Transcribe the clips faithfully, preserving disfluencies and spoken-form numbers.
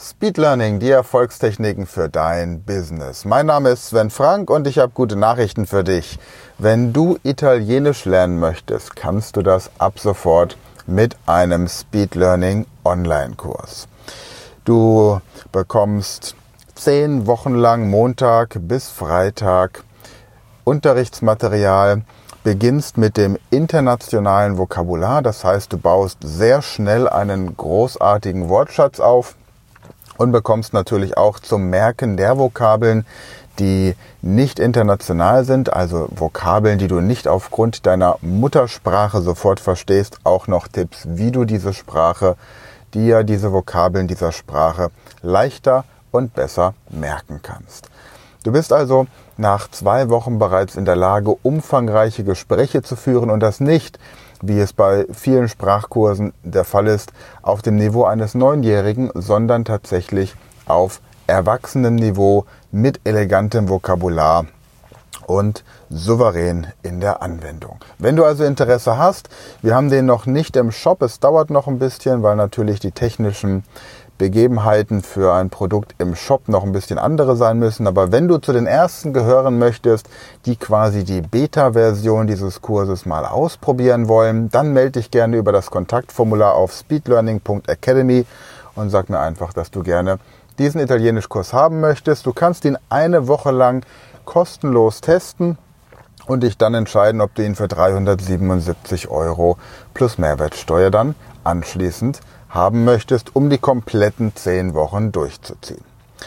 Speed Learning, die Erfolgstechniken für dein Business. Mein Name ist Sven Frank und ich habe gute Nachrichten für dich. Wenn du Italienisch lernen möchtest, kannst du das ab sofort mit einem Speed Learning Online-Kurs. Du bekommst zehn Wochen lang Montag bis Freitag Unterrichtsmaterial, beginnst mit dem internationalen Vokabular, das heißt, du baust sehr schnell einen großartigen Wortschatz auf und bekommst natürlich auch zum Merken der Vokabeln, die nicht international sind, also Vokabeln, die du nicht aufgrund deiner Muttersprache sofort verstehst, auch noch Tipps, wie du diese Sprache, dir diese Vokabeln dieser Sprache leichter und besser merken kannst. Du bist also nach zwei Wochen bereits in der Lage, umfangreiche Gespräche zu führen und das nicht, wie es bei vielen Sprachkursen der Fall ist, auf dem Niveau eines Neunjährigen, sondern tatsächlich auf erwachsenem Niveau mit elegantem Vokabular und souverän in der Anwendung. Wenn du also Interesse hast, wir haben den noch nicht im Shop, es dauert noch ein bisschen, weil natürlich die technischen Begebenheiten für ein Produkt im Shop noch ein bisschen andere sein müssen. Aber wenn du zu den ersten gehören möchtest, die quasi die Beta-Version dieses Kurses mal ausprobieren wollen, dann melde dich gerne über das Kontaktformular auf speedlearning punkt academy und sag mir einfach, dass du gerne diesen Italienischkurs haben möchtest. Du kannst ihn eine Woche lang kostenlos testen und dich dann entscheiden, ob du ihn für dreihundertsiebenundsiebzig Euro plus Mehrwertsteuer dann anschließend haben möchtest, um die kompletten zehn Wochen durchzuziehen.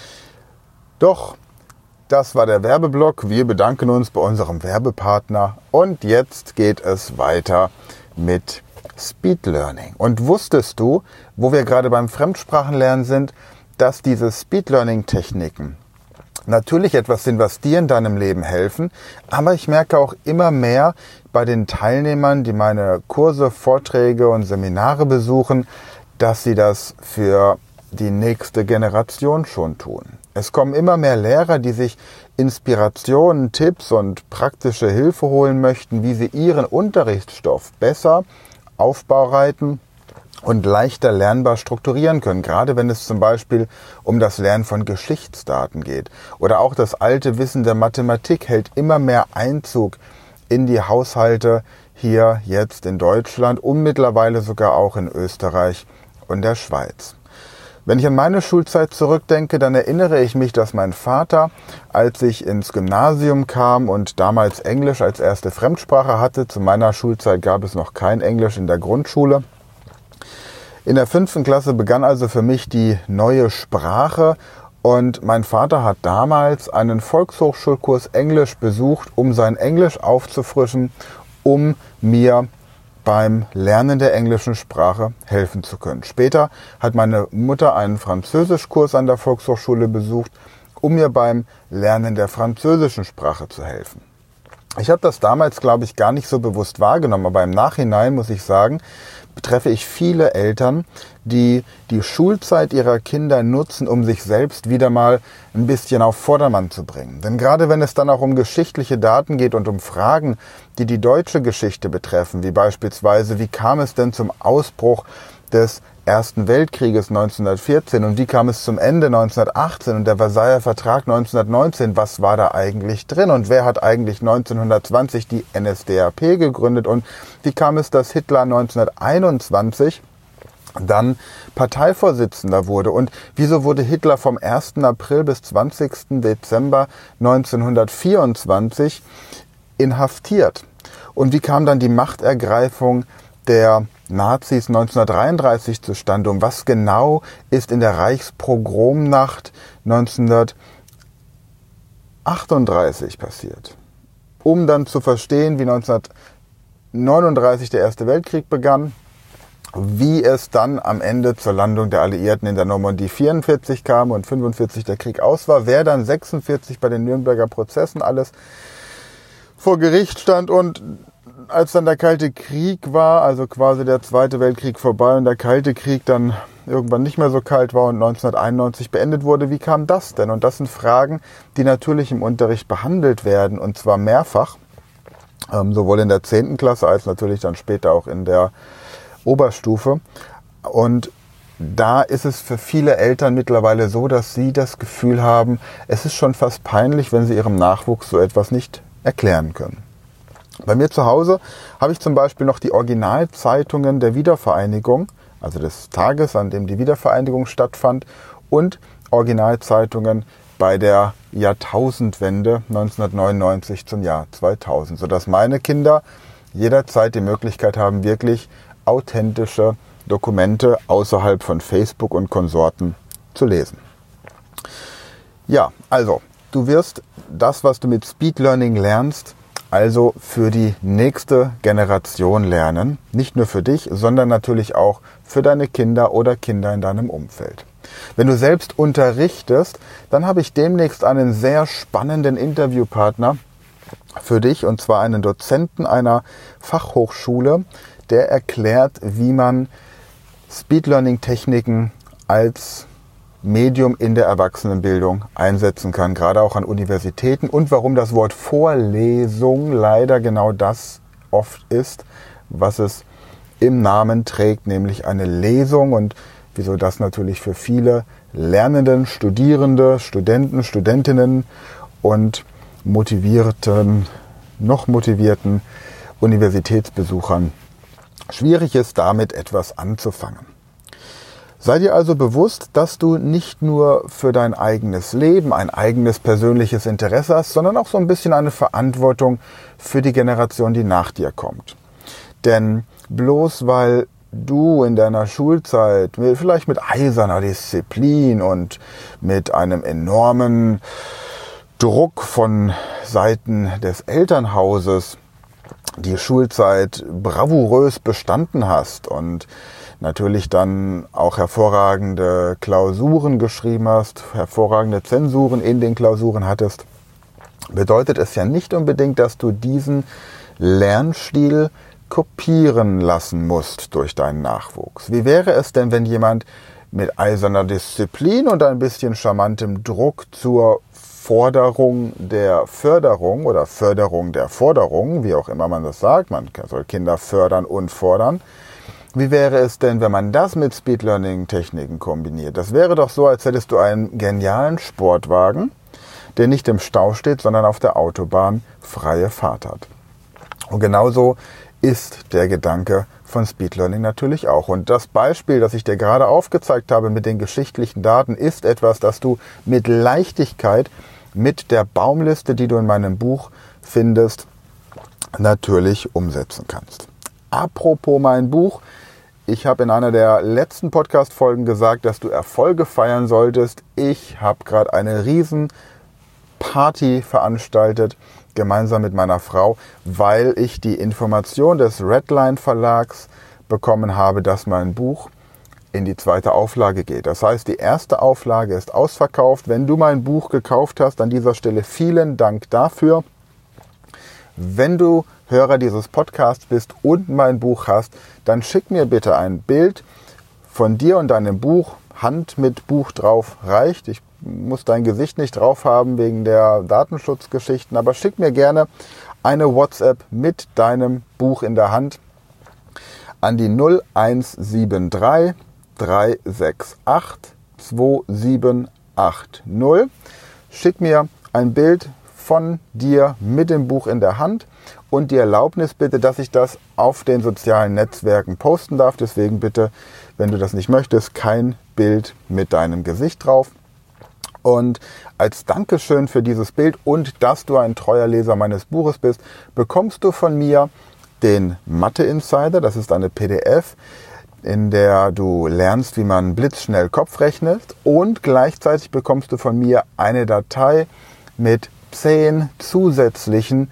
Doch, das war der Werbeblock. Wir bedanken uns bei unserem Werbepartner und jetzt geht es weiter mit Speed Learning. Und wusstest du, wo wir gerade beim Fremdsprachenlernen sind, dass diese Speed Learning Techniken natürlich etwas sind, was dir in deinem Leben helfen, aber ich merke auch immer mehr bei den Teilnehmern, die meine Kurse, Vorträge und Seminare besuchen, dass sie das für die nächste Generation schon tun. Es kommen immer mehr Lehrer, die sich Inspirationen, Tipps und praktische Hilfe holen möchten, wie sie ihren Unterrichtsstoff besser aufbereiten und leichter lernbar strukturieren können, gerade wenn es zum Beispiel um das Lernen von Geschichtsdaten geht. Oder auch das alte Wissen der Mathematik hält immer mehr Einzug in die Haushalte hier jetzt in Deutschland und mittlerweile sogar auch in Österreich und der Schweiz. Wenn ich an meine Schulzeit zurückdenke, dann erinnere ich mich, dass mein Vater, als ich ins Gymnasium kam und damals Englisch als erste Fremdsprache hatte, zu meiner Schulzeit gab es noch kein Englisch in der Grundschule. In der fünften Klasse begann also für mich die neue Sprache und mein Vater hat damals einen Volkshochschulkurs Englisch besucht, um sein Englisch aufzufrischen, um mir beim Lernen der englischen Sprache helfen zu können. Später hat meine Mutter einen Französischkurs an der Volkshochschule besucht, um mir beim Lernen der französischen Sprache zu helfen. Ich habe das damals, glaube ich, gar nicht so bewusst wahrgenommen, aber im Nachhinein muss ich sagen, betreffe ich viele Eltern, die die Schulzeit ihrer Kinder nutzen, um sich selbst wieder mal ein bisschen auf Vordermann zu bringen. Denn gerade wenn es dann auch um geschichtliche Daten geht und um Fragen, die die deutsche Geschichte betreffen, wie beispielsweise, wie kam es denn zum Ausbruch des Ersten Weltkrieges neunzehnhundertvierzehn und wie kam es zum Ende neunzehnhundertachtzehn und der Versailler Vertrag neunzehnhundertneunzehn, was war da eigentlich drin und wer hat eigentlich neunzehnhundertzwanzig die N S D A P gegründet und wie kam es, dass Hitler neunzehnhunderteinundzwanzig dann Parteivorsitzender wurde und wieso wurde Hitler vom ersten April bis zwanzigsten Dezember neunzehnhundertvierundzwanzig inhaftiert und wie kam dann die Machtergreifung der Nazis neunzehnhundertdreiunddreißig zustande und was genau ist in der Reichspogromnacht neunzehnhundertachtunddreißig passiert. Um dann zu verstehen, wie neunzehnhundertneununddreißig der Erste Weltkrieg begann, wie es dann am Ende zur Landung der Alliierten in der Normandie vierundvierzig kam und fünfundvierzig der Krieg aus war, wer dann sechsundvierzig bei den Nürnberger Prozessen alles vor Gericht stand und als dann der Kalte Krieg war, also quasi der Zweite Weltkrieg vorbei und der Kalte Krieg dann irgendwann nicht mehr so kalt war und neunzehnhunderteinundneunzig beendet wurde, wie kam das denn? Und das sind Fragen, die natürlich im Unterricht behandelt werden und zwar mehrfach, ähm, sowohl in der zehnten Klasse als natürlich dann später auch in der Oberstufe. Und da ist es für viele Eltern mittlerweile so, dass sie das Gefühl haben, es ist schon fast peinlich, wenn sie ihrem Nachwuchs so etwas nicht erklären können. Bei mir zu Hause habe ich zum Beispiel noch die Originalzeitungen der Wiedervereinigung, also des Tages, an dem die Wiedervereinigung stattfand, und Originalzeitungen bei der Jahrtausendwende neunzehnhundertneunundneunzig zum Jahr zweitausend, sodass meine Kinder jederzeit die Möglichkeit haben, wirklich authentische Dokumente außerhalb von Facebook und Konsorten zu lesen. Ja, also du wirst das, was du mit Speed Learning lernst, also für die nächste Generation lernen. Nicht nur für dich, sondern natürlich auch für deine Kinder oder Kinder in deinem Umfeld. Wenn du selbst unterrichtest, dann habe ich demnächst einen sehr spannenden Interviewpartner für dich, und zwar einen Dozenten einer Fachhochschule, der erklärt, wie man Speed Learning Techniken als Medium in der Erwachsenenbildung einsetzen kann, gerade auch an Universitäten, und warum das Wort Vorlesung leider genau das oft ist, was es im Namen trägt, nämlich eine Lesung, und wieso das natürlich für viele Lernenden, Studierende, Studenten, Studentinnen und motivierten, noch motivierten Universitätsbesuchern schwierig ist, damit etwas anzufangen. Sei dir also bewusst, dass du nicht nur für dein eigenes Leben ein eigenes persönliches Interesse hast, sondern auch so ein bisschen eine Verantwortung für die Generation, die nach dir kommt. Denn bloß weil du in deiner Schulzeit vielleicht mit eiserner Disziplin und mit einem enormen Druck von Seiten des Elternhauses die Schulzeit bravourös bestanden hast und natürlich dann auch hervorragende Klausuren geschrieben hast, hervorragende Zensuren in den Klausuren hattest, bedeutet es ja nicht unbedingt, dass du diesen Lernstil kopieren lassen musst durch deinen Nachwuchs. Wie wäre es denn, wenn jemand mit eiserner Disziplin und ein bisschen charmantem Druck zur Forderung der Förderung oder Förderung der Forderung, wie auch immer man das sagt, man soll Kinder fördern und fordern. Wie wäre es denn, wenn man das mit Speed Learning Techniken kombiniert? Das wäre doch so, als hättest du einen genialen Sportwagen, der nicht im Stau steht, sondern auf der Autobahn freie Fahrt hat. Und genauso ist der Gedanke von Speed Learning natürlich auch. Und das Beispiel, das ich dir gerade aufgezeigt habe mit den geschichtlichen Daten, ist etwas, das du mit Leichtigkeit mit der Baumliste, die du in meinem Buch findest, natürlich umsetzen kannst. Apropos mein Buch, ich habe in einer der letzten Podcast-Folgen gesagt, dass du Erfolge feiern solltest. Ich habe gerade eine riesen Party veranstaltet, gemeinsam mit meiner Frau, weil ich die Information des Redline Verlags bekommen habe, dass mein Buch in die zweite Auflage geht. Das heißt, die erste Auflage ist ausverkauft. Wenn du mein Buch gekauft hast, an dieser Stelle vielen Dank dafür. Wenn du Hörer dieses Podcasts bist und mein Buch hast, dann schick mir bitte ein Bild von dir und deinem Buch. Hand mit Buch drauf reicht. Ich muss dein Gesicht nicht drauf haben wegen der Datenschutzgeschichten, aber schick mir gerne eine WhatsApp mit deinem Buch in der Hand an die null eins sieben drei drei sechs acht zwei sieben acht null. Schick mir ein Bild von dir mit dem Buch in der Hand und die Erlaubnis bitte, dass ich das auf den sozialen Netzwerken posten darf. Deswegen bitte, wenn du das nicht möchtest, kein Bild mit deinem Gesicht drauf. Und als Dankeschön für dieses Bild und dass du ein treuer Leser meines Buches bist, bekommst du von mir den Mathe Insider. Das ist eine P D F, in der du lernst, wie man blitzschnell Kopf rechnet, und gleichzeitig bekommst du von mir eine Datei mit zehn zusätzlichen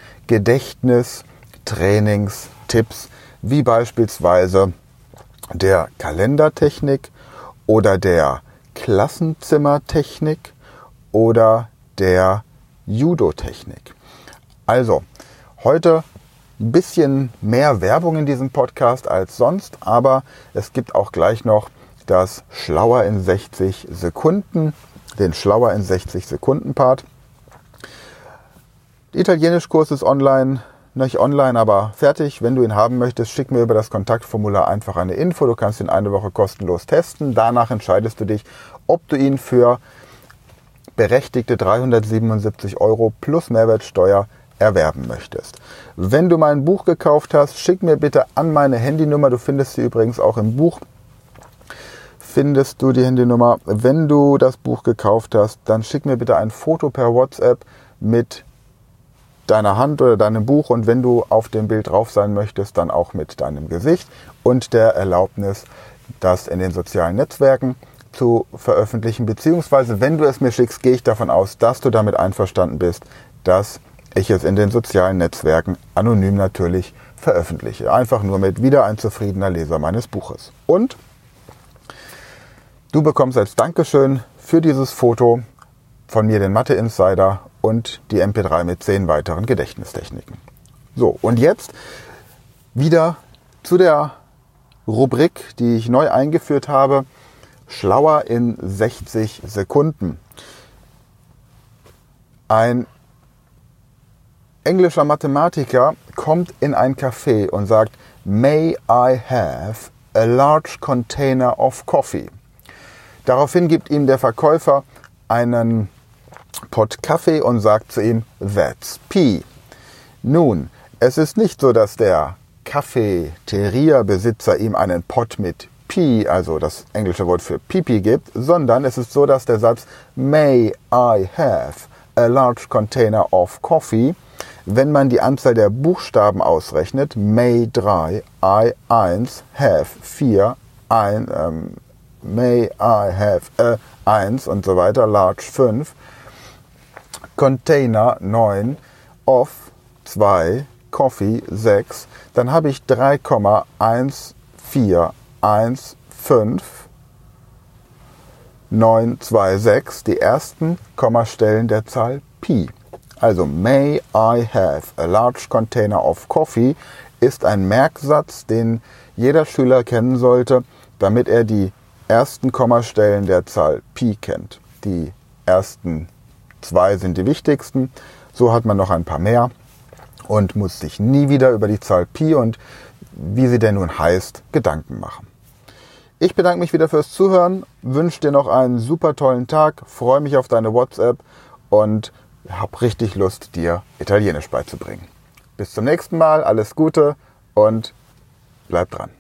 Gedächtnistrainingstipps, wie beispielsweise der Kalendertechnik oder der Klassenzimmertechnik oder der Judo-Technik. Also, heute ein bisschen mehr Werbung in diesem Podcast als sonst, aber es gibt auch gleich noch das Schlauer in sechzig Sekunden, den Schlauer in sechzig Sekunden Part. Der Italienischkurs ist online nicht online, aber fertig. Wenn du ihn haben möchtest, schick mir über das Kontaktformular einfach eine Info. Du kannst ihn eine Woche kostenlos testen. Danach entscheidest du dich, ob du ihn für berechtigte dreihundertsiebenundsiebzig Euro plus Mehrwertsteuer erwerben möchtest. Wenn du mein Buch gekauft hast, schick mir bitte an meine Handynummer. Du findest sie übrigens auch im Buch. Findest du die Handynummer. Wenn du das Buch gekauft hast, dann schick mir bitte ein Foto per WhatsApp mit deiner Hand oder deinem Buch und wenn du auf dem Bild drauf sein möchtest, dann auch mit deinem Gesicht und der Erlaubnis, das in den sozialen Netzwerken zu veröffentlichen. Beziehungsweise, wenn du es mir schickst, gehe ich davon aus, dass du damit einverstanden bist, dass ich es in den sozialen Netzwerken anonym natürlich veröffentliche. Einfach nur mit wieder ein zufriedener Leser meines Buches. Und du bekommst als Dankeschön für dieses Foto von mir den Mathe Insider und die M P drei mit zehn weiteren Gedächtnistechniken. So, und jetzt wieder zu der Rubrik, die ich neu eingeführt habe. Schlauer in sechzig Sekunden. Ein englischer Mathematiker kommt in ein Café und sagt, "May I have a large container of coffee?" Daraufhin gibt ihm der Verkäufer einen Pott Kaffee und sagt zu ihm, "That's P." Nun, es ist nicht so, dass der Cafeteria-Besitzer ihm einen Pott mit P, also das englische Wort für Pipi, gibt, sondern es ist so, dass der Satz "May I have a large container of coffee", wenn man die Anzahl der Buchstaben ausrechnet, May drei, I eins, have vier, ein, ähm, May I have a eins und so weiter, large fünf, Container neun, of zwei, Coffee sechs, dann habe ich drei Komma eins vier eins fünf neun zwei sechs, die ersten Kommastellen der Zahl Pi. Also May I have a large container of coffee ist ein Merksatz, den jeder Schüler kennen sollte, damit er die ersten Kommastellen der Zahl Pi kennt. Die ersten zwei sind die wichtigsten, so hat man noch ein paar mehr und muss sich nie wieder über die Zahl Pi und wie sie denn nun heißt, Gedanken machen. Ich bedanke mich wieder fürs Zuhören, wünsche dir noch einen super tollen Tag, freue mich auf deine WhatsApp und habe richtig Lust, dir Italienisch beizubringen. Bis zum nächsten Mal, alles Gute und bleib dran.